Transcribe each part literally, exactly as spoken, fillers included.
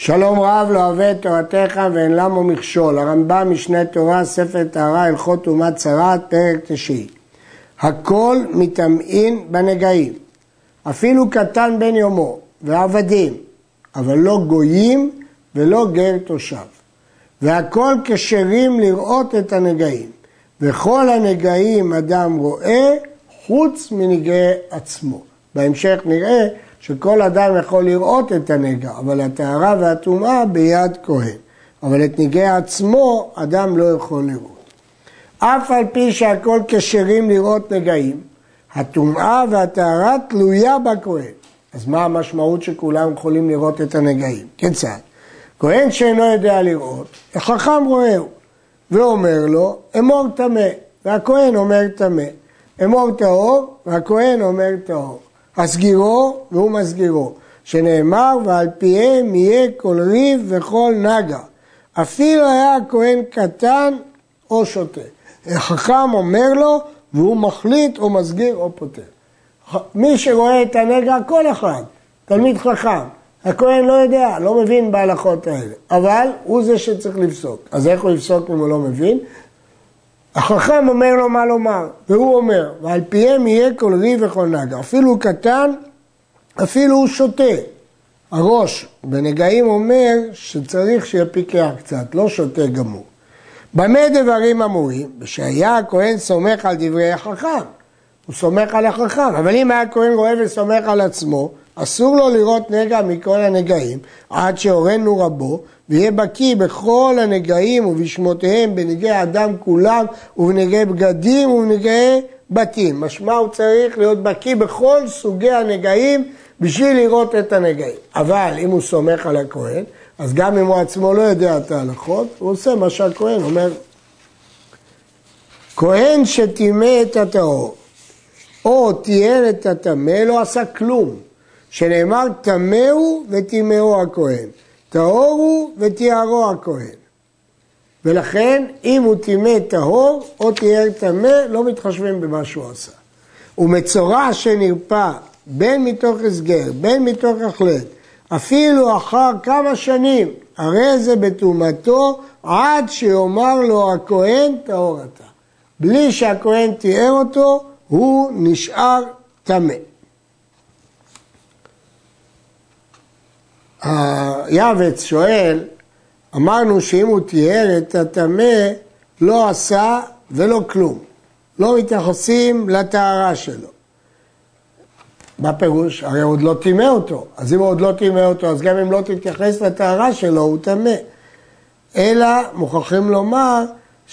שלום רב לא אוהב את תורתך ואין למו מכשול. הרמב"ם משנה תורה, ספר טהרה, הלכות טומאת צרת, פרק תשיעי. הכל מטמאין בנגעים, אפילו קטן בן יומו ועבדים, אבל לא גויים ולא גר תושב. והכל כשרים לראות את הנגעים, וכל הנגעים אדם רואה חוץ מנגעי עצמו. בהמשך נראה שכל אדם יכול לראות את הנגע, אבל הטהרה והטומאה ביד כהן. אבל את נגעי עצמו אדם לא יכול לראות. אף על פי שהכל כשרים לראות נגעים, הטומאה והטהרה תלויה בכהן. אז מה המשמעות שכולם יכולים לראות את הנגעים? כיצד? כהן שאינו יודע לראות, החכם רואהו, ואומר לו, אמור טמא, והכהן אומר טמא. אמור טהור, והכהן אומר טהור. הסגירו והוא מסגירו, שנאמר ועל פיהם יהיה כל ריב וכל נגע. אפילו היה הכהן קטן או שותה. החכם אומר לו והוא מחליט או מסגיר או פותר. מי שרואה את הנגע, כל אחד, תלמיד חכם. הכהן לא יודע, לא מבין בהלכות האלה, אבל הוא זה שצריך לפסוק. אז איך הוא יפסוק אם הוא לא מבין? החכם אומר לו מה לומר, והוא אומר, ועל פיהם יהיה כל ריב וכל נגע. אפילו קטן, אפילו הוא שותה. הראש בנגעים אומר שצריך שיפיקח קצת, לא שותה גמור. במה דברים אמורים? שהיה הכהן סומך על דברי החכם. הוא סומך על החכם, אבל אם היה הכהן רואה וסומך על עצמו, אסור לו לראות נגע מכל הנגעים, עד שהורנו רבו, ויהיה בקיא בכל הנגעים ובשמותיהם, בנגעי אדם כולם, ובנגעי בגדים ובנגעי בתים. משמע הוא צריך להיות בקיא בכל סוגי הנגעים, בשביל לראות את הנגעים. אבל אם הוא סומך על הכהן, אז גם אם הוא עצמו לא יודע את ההלכות, הוא עושה מה שהכהן אומר. כהן שטימא את הטהור, או תיאר את הטמא, לא עשה כלום. שנאמר טמאו וטימאו הכהן, טהור הוא וטיהרו הכהן. ולכן אם הוא טימא טהור או תיאר טמא, לא מתחשבים במה שהוא עשה. ומצורע שנרפא בין מתוך הסגר, בין מתוך החלט, אפילו אחר כמה שנים, הרי זה בטומאתו עד שיאמר לו הכהן טהור אתה. בלי שהכהן תיאר אותו, הוא נשאר טמא. היעבץ שואל, אמרנו שאם הוא תיאר את הטמא, לא עשה ולא כלום. לא מתייחסים לטהרה שלו. בפירוש, הרי הוא עוד לא טימא אותו. אז אם הוא עוד לא טימא אותו, אז גם אם לא תתייחס לטהרה שלו, הוא טמא. אלא מוכרחים לומר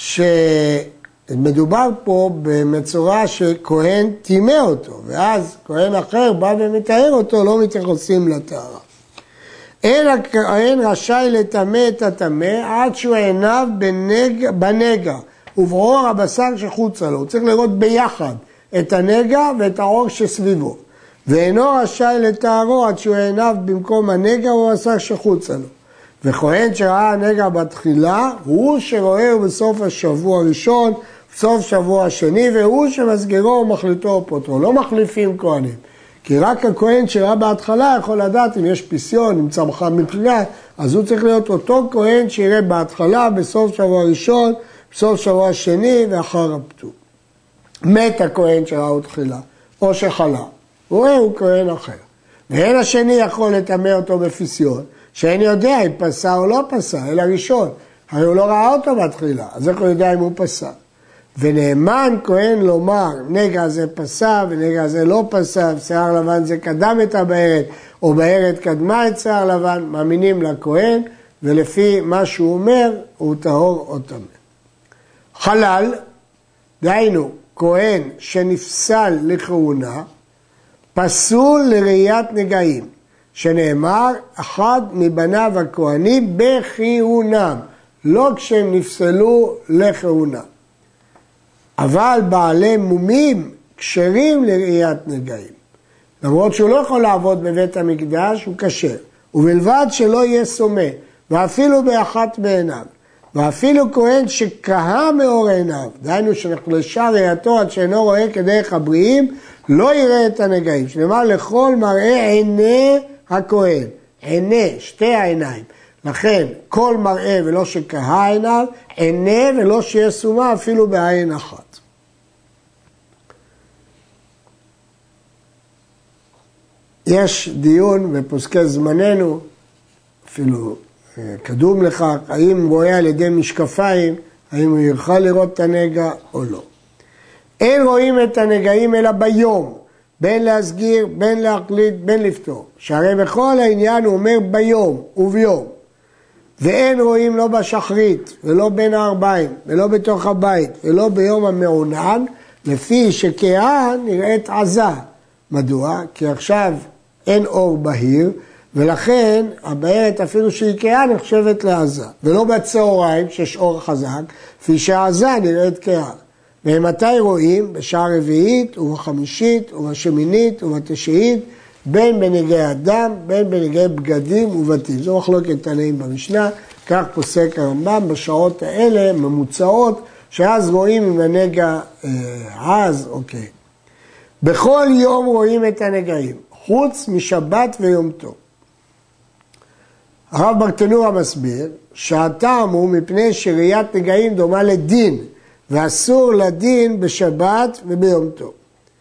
שמדובר פה במצורע שכהן טימא אותו, ואז כהן אחר בא ומתאר אותו, לא מתייחסים לטהרה. אין הכהן רשאי לטמא את הטמא עד שהוא עיניו בנגע, בנגע ובעור הבשר שחוצה לו. הוא צריך לראות ביחד את הנגע ואת העור שסביבו. ואינו רשאי לטהרו עד שהוא עיניו במקום הנגע ובבשר שחוצה לו. וכהן שראה הנגע בתחילה, הוא שרואה בסוף השבוע הראשון, בסוף שבוע השני, והוא שמסגרו ומחליטו ופוטרו. לא מחליפים כהנים. כי רק הכהן שראה בהתחלה יכול לדעת אם יש פיסיון, אם צמחה מבחינה, אז הוא צריך להיות אותו כהן שיראה בהתחלה, בסוף שבוע ראשון, בסוף שבוע שני ואחר הפטור. מת הכהן שראה תחילה, או שחלה, הוא רואה הוא כהן אחר. ואין השני יכול לטמא אותו בפיסיון, שאין יודע אם פסה או לא פסה, אלא ראשון. הרי הוא לא ראה אותו בתחילה, אז איך הוא יודע אם הוא פסה? ונאמן כהן לומר, נגע הזה פסה ונגע הזה לא פסה, שיער לבן זה קדם את הבארת, או בארת קדמה את שיער לבן, מאמינים לכהן, ולפי מה שהוא אומר, הוא טהור או טמא. חלל, דהיינו, כהן שנפסל לכהונה, פסול לראיית נגעים, שנאמר, אחד מבניו הכהנים בכהונם, לא כשהם נפסלו לכהונה. אבל בעלי מומים כשרים לראיית נגעים. למרות שהוא לא יכול לעבוד בבית המקדש, הוא כשר. ובלבד שלא יהיה סומה, ואפילו באחת בעיניו. ואפילו כהן שכהה מאור עיניו, דהיינו שנחלשה ראייתו עד שאינו רואה כדרך הבריאים, לא יראה את הנגעים. שנאמר לכל מראה עיני הכהן. עיני, שתי העיניים. לכן כל מראה ולא שכהה עיניו, עיני ולא שיהיה סומה אפילו בעין אחת. יש דיון בפוסקי זמננו, אפילו קדום לכך, האם רואה על ידי משקפיים, האם הוא יוכל לראות את הנגע או לא. אין רואים את הנגעים אלא ביום, בין להסגיר, בין להקליט, בין לפתור. שהרי בכל העניין הוא אומר ביום וביום. ואין רואים לא בשחרית, ולא בין הארבעים, ולא בתוך הבית, ולא ביום המעונן, לפי שכאה נראית עזה. מדוע? כי עכשיו אין אור בהיר, ולכן הבארת אפילו שהיא כאה נחשבת לעזה. ולא בצהריים שיש אור חזק, לפי שהעזה נראית כאה. ומתי רואים? בשעה רביעית ובחמישית ובשמינית ובתשיעית, בין בנגעי אדם, בין בנגעי בגדים ובתים. זו מחלוקת תנאים במשנה, כך פוסק הרמב"ם בשעות האלה ממוצעות, שאז רואים אם הנגע אה, עז, אוקיי. בכל יום רואים את הנגעים, חוץ משבת ויום טוב. הרב ברטנורה מסביר שהטעם הוא מפני שראיית נגעים דומה לדין, ואסור לדין בשבת וביום טוב.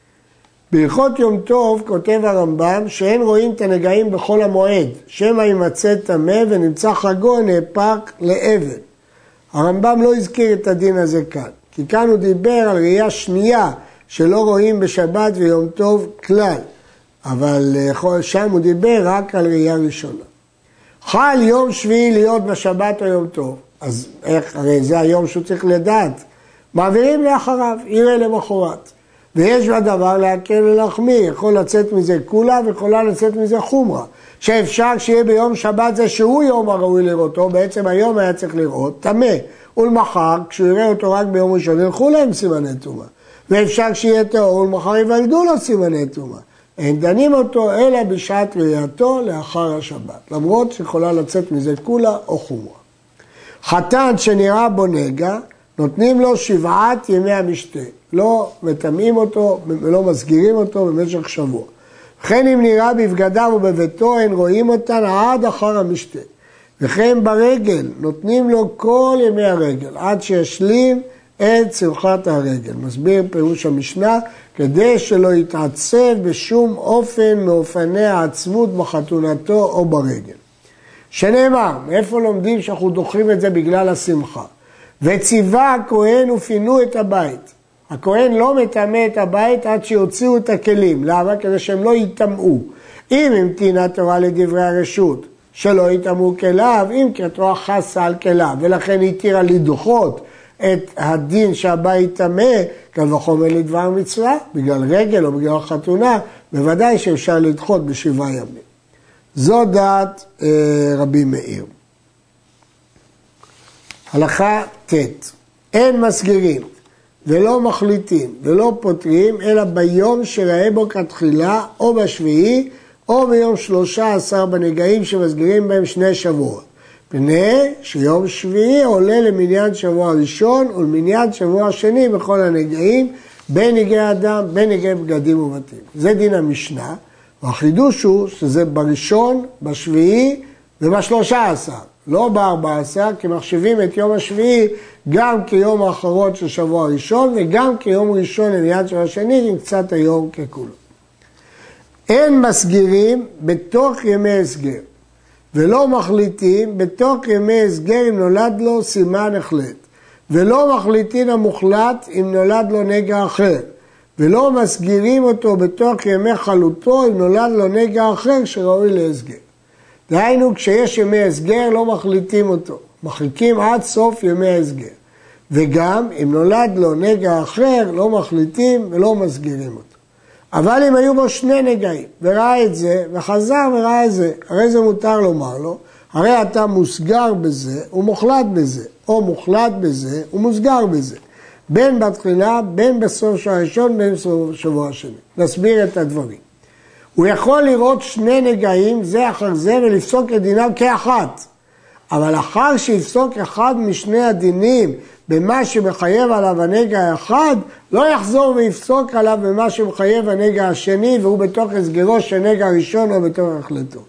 בהלכות יום טוב כותב הרמב"ם שאין רואים את הנגעים בכל המועד, שמא יימצא טמא ונמצא חגו נאפק לאבן. הרמב"ם לא הזכיר את הדין הזה כאן, כי כאן הוא דיבר על ראייה שנייה שלא רואים בשבת ויום טוב כלל, אבל שם הוא דיבר רק על ראייה ראשונה. חל יום שביעי להיות בשבת או יום טוב, אז איך, הרי זה היום שהוא צריך לדעת, מעבירים לאחריו, יראה למחרת. ויש בדבר להקל ולהחמיר, יכול לצאת מזה כולה ויכולה לצאת מזה חומרה. שאפשר שיהיה ביום שבת זה שהוא יום הראוי לראותו, בעצם היום היה צריך לראות, טמא. ולמחר, כשהוא יראה אותו רק ביום ראשון, ילכו להם סימני טומאה. ואפשר שיהיה טהור, ולמחר יוולדו לו סימני טומאה. אין דנים אותו אלא בשעת ראייתו לאחר השבת, למרות שיכולה לצאת מזה כולה או חומרה. חתן שנראה בו נגע, נותנים לו שבעת ימי המשתה, לא מטמאים אותו ולא מסגירים אותו במשך שבוע. וכן אם נראה בבגדיו ובביתו, אין רואים אותן עד אחר המשתה. וכן ברגל, נותנים לו כל ימי הרגל, עד שישלים את צמחת הרגל. מסביר פירוש המשנה, כדי שלא יתעצב בשום אופן מאופני העצמות בחתונתו או ברגל. שנאמר, מאיפה לומדים שאנחנו דוחים את זה בגלל השמחה? וציווה הכהן ופינו את הבית. הכהן לא מטמא את הבית עד שיוציאו את הכלים. למה? כדי שהם לא יטמאו. אם המתינה תורה לדברי הרשות, שלא יטמאו כליו, אם כי התורה חסה על כליו, ולכן התירה לדחות את הדין שהבית טמא, קל וחומר לדבר מצווה, בגלל רגל או בגלל חתונה, בוודאי שאפשר לדחות בשבעה ימים. זו דעת אה, רבי מאיר. הלכה ט' אין מסגירים ולא מחליטים ולא פותרים אלא ביום שראה בו כתחילה או בשביעי או ביום שלושה עשר בנגעים שמסגירים בהם שני שבועות. פני שיום שביעי עולה למניין שבוע ראשון ולמניין שבוע שני בכל הנגעים בין נגעי אדם, בין נגעי בגדים ובתים. זה דין המשנה, והחידוש הוא שזה בראשון, בשביעי ובשלושה עשר. לא בארבע עשר, כי מחשבים את יום השביעי גם כיום האחרון של שבוע ראשון, וגם כיום ראשון למניין שבוע שני, עם קצת היום ככולו. אין מסגירים בתוך ימי הסגר, ולא מחליטים בתוך ימי הסגר אם נולד לו סימן החלט, ולא מחליטים המוחלט אם נולד לו נגע אחר, ולא מסגירים אותו בתוך ימי חלוטו אם נולד לו נגע אחר שראוי להסגר. דהיינו, כשיש ימי הסגר לא מחליטים אותו, מחליקים עד סוף ימי הסגר. וגם אם נולד לו נגע אחר לא מחליטים ולא מסגירים אותו. אבל אם היו בו שני נגעים, וראה את זה וחזר וראה את זה, הרי זה מותר לומר לו, הרי אתה מוסגר בזה ומוחלט בזה, או מוחלט בזה ומוסגר בזה. בין בתחילה, בין בסוף שבוע ראשון, בין בסוף שבוע השני. נסביר את הדברים. הוא יכול לראות שני נגעים זה אחר זה ולפסוק את דינם כאחת. אבל אחר שיפסוק אחד משני הדינים במה שמחייב עליו הנגע האחד, לא יחזור ויפסוק עליו במה שמחייב הנגע השני, והוא בתוך הסגרו של נגע הראשון או בתוך החלטו.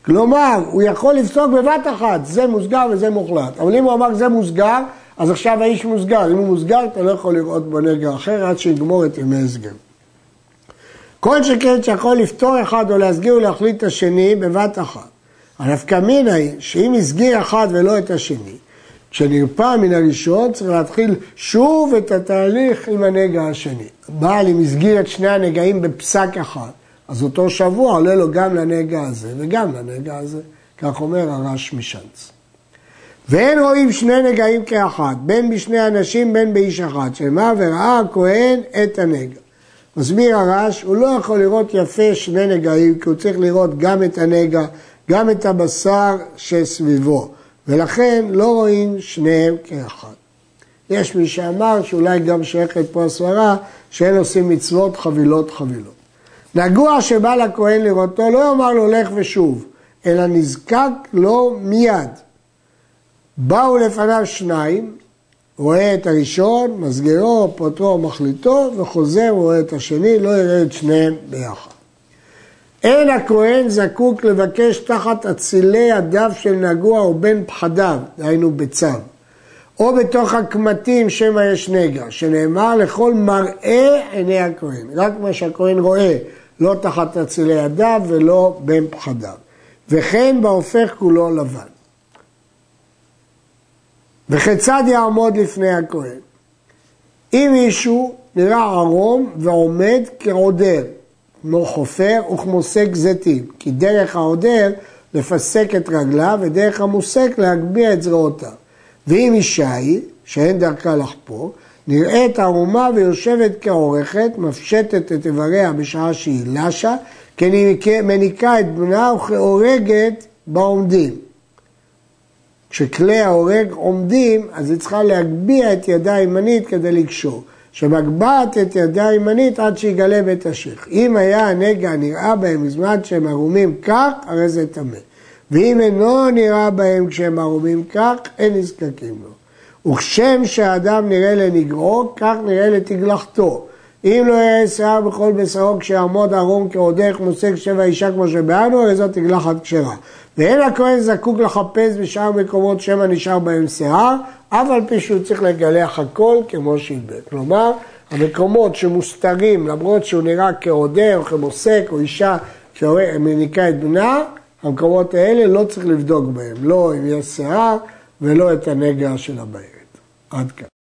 כלומר, הוא יכול לפסוק בבת אחת, זה מוסגר וזה מוחלט. אבל אם הוא אמר זה מוסגר, אז עכשיו האיש מוסגר. אם הוא מוסגר, אתה לא יכול לראות בו נגע אחר עד שיגמור את ימי הסגר. כל שכן שיכול לפתור אחד או להסגיר ולהחליט את השני בבת אחת. הנפקא מינה היא שאם הסגיר אחד ולא את השני, כשנרפא מן הראשון צריך להתחיל שוב את התהליך עם הנגע השני. בעל אם הסגיר את שני הנגעים בפסק אחד, אז אותו שבוע עולה לו גם לנגע הזה וגם לנגע הזה, כך אומר הרש משנץ. ואין רואים שני נגעים כאחד, בין בשני אנשים בין באיש אחד, שמה וראה הכהן את הנגע. מסביר הרש, הוא לא יכול לראות יפה שני נגעים, כי הוא צריך לראות גם את הנגע, גם את הבשר שסביבו, ולכן לא רואים שניהם כאחד. יש מי שאמר שאולי גם שייכת פה הסברה, שאין עושים מצוות חבילות חבילות. נגוע שבא לכהן לראותו, לא יאמר לו לך ושוב, אלא נזקק לו מיד. באו לפניו שניים, רואה את הראשון, מסגרו, פוטרו, מחליטו, וחוזר ורואה את השני, לא יראה את שניהם ביחד. אין הכהן זקוק לבקש תחת אצילי ידיו של נגוע או בין פחדיו, דהיינו בצו, או בתוך הקמטים שמא יש נגע, שנאמר לכל מראה עיני הכהן, רק מה שהכהן רואה, לא תחת אצילי ידיו ולא בין פחדיו, וכן בהופך כולו לבן. וכיצד יעמוד לפני הכהן? אם מישהו נראה ערום ועומד כעודר, כמו חופר וכמו סק זיתים, כי דרך העודר לפסק את רגליו ודרך המוסק להגביה את זרועותיו. ואם אישה היא, שאין דרכה לחפור, נראית ערומה ויושבת כעורכת, מפשטת את איבריה בשעה שהיא לשה, כמניקה את בנה וכהורגת בעומדים. כשכלי ההורג עומדים, אז היא צריכה להגביה את ידה הימנית כדי לקשור. שמגבעת את ידה הימנית עד שיגלה בית השך. אם היה הנגע נראה בהם בזמן שהם ערומים כך, הרי זה טמא. ואם אינו נראה בהם כשהם ערומים כך, אין נזקקים לו. וכשם שהאדם נראה לנגרו, כך נראה לתגלחתו. אם לא יראה שיער בכל בשרו כשיעמוד ערום כעודך מוסק שבע אישה כמו שבאנו, הרי זאת תגלחת כשרה. ואין הכהן זקוק לחפש בשאר מקומות שמא נשאר בהם שיער, אף על פי שהוא צריך לגלח הכל כמו שהלבן. כלומר, המקומות שמוסתרים, למרות שהוא נראה כעודר או כמוסק או אישה שמניקה את בנה, המקומות האלה לא צריך לבדוק בהם, לא אם יש שיער ולא את הנגע של הבערת. עד כאן.